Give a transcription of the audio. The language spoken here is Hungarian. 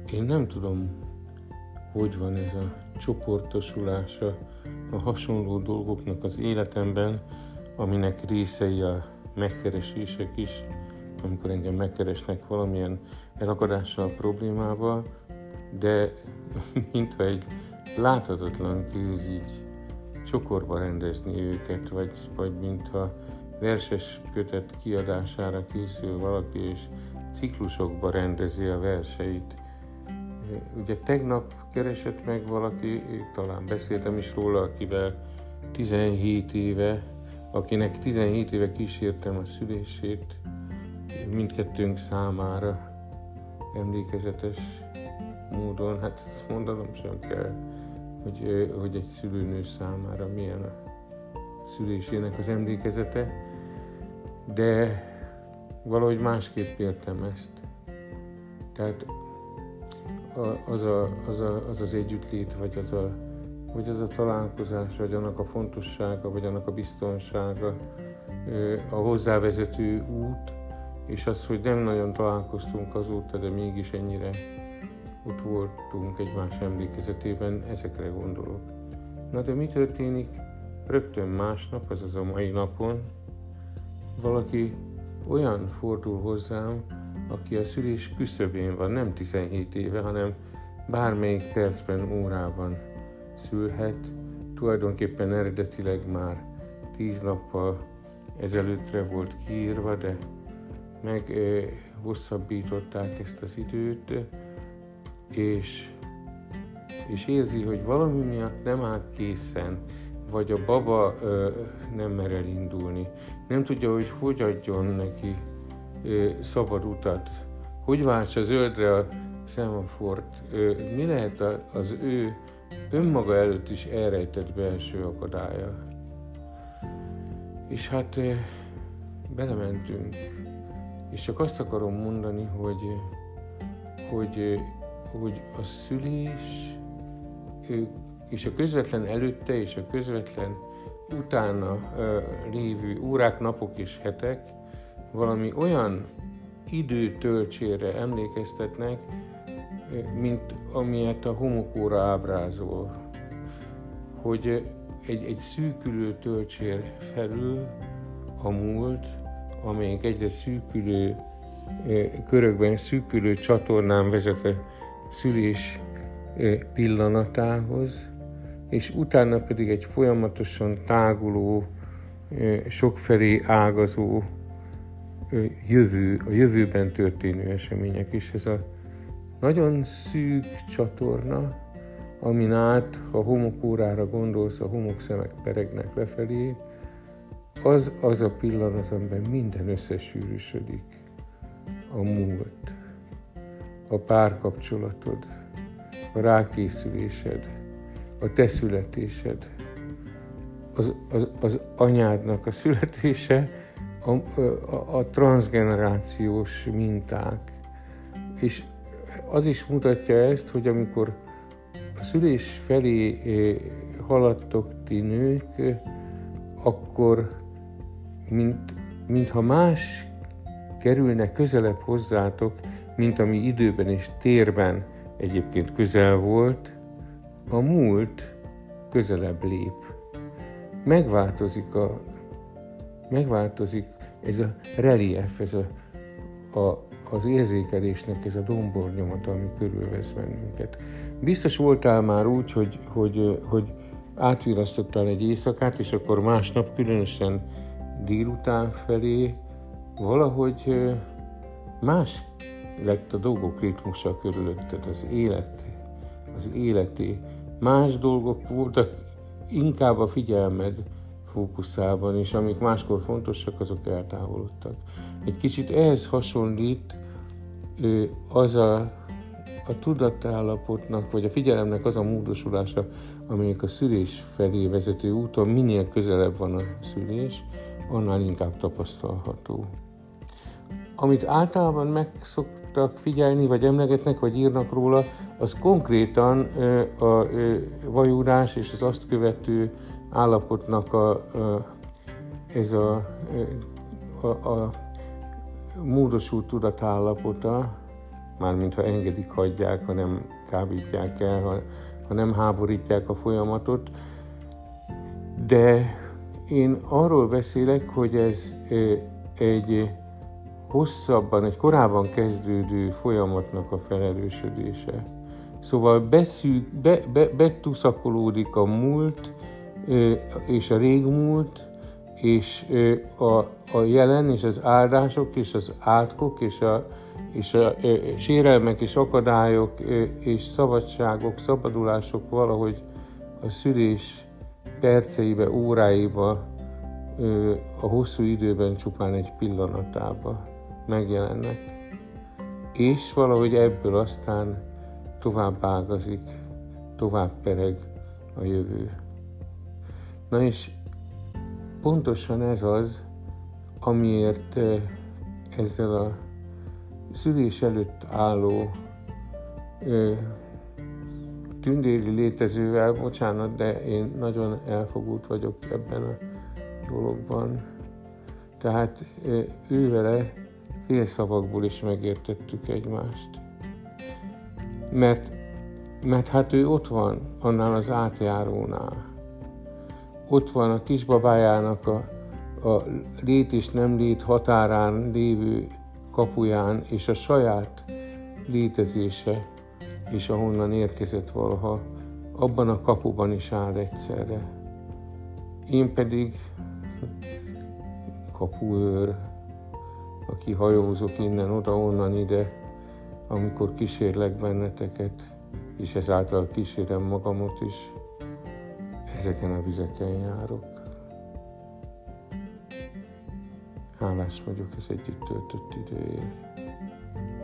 Én nem tudom, hogy van ez a csoportosulása a hasonló dolgoknak az életemben, aminek részei a megkeresések is, amikor engem megkeresnek valamilyen elakadással, problémával, de mintha egy láthatatlan kéz így csokorba rendezni őket, vagy mintha verses kötet kiadására készül valaki, és ciklusokba rendezi a verseit. Ugye tegnap keresett meg valaki, talán beszéltem is róla, akivel 17 éve, akinek 17 éve kísértem a szülését, mindkettőnk számára emlékezetes módon, hát ezt mondanom sem kell, hogy egy szülőnő számára milyen a szülésének az emlékezete, de valahogy másképp értem ezt. Tehát az együttlét, vagy az a találkozás, vagy annak a fontossága, vagy annak a biztonsága, a hozzávezető út, és az, hogy nem nagyon találkoztunk azóta, de mégis ennyire ott voltunk egymás emlékezetében, ezekre gondolok. Na de mi történik rögtön másnap, azaz a mai napon? Valaki olyan fordul hozzám, aki a szülés küszöbén van, nem 17 éve, hanem bármelyik percben, órában szülhet. Tulajdonképpen eredetileg már 10 nappal ezelőttre volt kiírva, de meghosszabbították ezt az időt, és érzi, hogy valami miatt nem áll készen, vagy a baba nem mer elindulni. Nem tudja, hogy adjon neki szabad utat, hogy váltsa zöldre a szemafort, mi lehet az ő önmaga előtt is elrejtett belső akadálya. És hát belementünk, és csak azt akarom mondani, hogy a szülés és a közvetlen előtte és a közvetlen utána lévő órák, napok és hetek valami olyan időtöltsérre emlékeztetnek, mint amilyet a homokóra ábrázol, hogy egy szűkülő töltsér felül a múlt, amelyik egyre szűkülő körökben, szűkülő csatornán vezet a szülés pillanatához, és utána pedig egy folyamatosan táguló, sokfelé ágazó a jövőben történő események. És ez a nagyon szűk csatorna, amin át, ha homokórára gondolsz, a homokszemek peregnek lefelé, az a pillanat, amiben minden összesűrűsödik. A múlt, a párkapcsolatod, a rákészülésed, a te születésed, az anyádnak a születése, a transzgenerációs minták. És az is mutatja ezt, hogy amikor a szülés felé haladtok ti nők, akkor mintha más kerülne közelebb hozzátok, mint ami időben és térben egyébként közel volt, a múlt közelebb lép. Megváltozik ez a relief, ez az érzékelésnek ez a dombornyomata, ami körülvesz bennünket. Biztos voltál már úgy, hogy átvirasztottál egy éjszakát, és akkor másnap, különösen délután felé valahogy más lett a dolgok ritmusa körülötted, az életé. Más dolgok voltak inkább a figyelmed fókuszában, és amik máskor fontosak, azok eltávolodtak. Egy kicsit ehhez hasonlít az a tudatállapotnak, vagy a figyelemnek az a módosulása, amelyik a szülés felé vezető úton minél közelebb van a szülés, annál inkább tapasztalható. Amit általában megszoktak figyelni, vagy emlegetnek, vagy írnak róla, az konkrétan a vajúdás és az azt követő állapotnak ez a módosult tudatállapota, mármint ha engedik, hagyják, ha nem kábítják el, ha nem háborítják a folyamatot. De én arról beszélek, hogy ez egy hosszabban, egy korábban kezdődő folyamatnak a felerősödése. Szóval betuszakolódik a múlt és a régmúlt, és a jelen, és az áldások, és az átkok, és a sérelmek, és akadályok, és szabadságok, szabadulások valahogy a szülés perceibe, óráiba, a hosszú időben csupán egy pillanatába megjelennek. És valahogy ebből aztán tovább ágazik, tovább pereg a jövő. Na és pontosan ez az, amiért ezzel a szülés előtt álló tündéri létezővel, bocsánat, de én nagyon elfogult vagyok ebben a dologban. Tehát ővele félszavakból is megértettük egymást. Mert hát ő ott van, annál az átjárónál. Ott van a kisbabájának a lét és nem lét határán lévő kapuján, és a saját létezése és ahonnan érkezett valaha, abban a kapuban is áll egyszerre. Én pedig kapuőr, aki hajózok innen oda, onnan ide, amikor kísérlek benneteket, és ezáltal kísérem magamot is, ezeken a vizeken járok. Hálás vagyok az együtt töltött időért.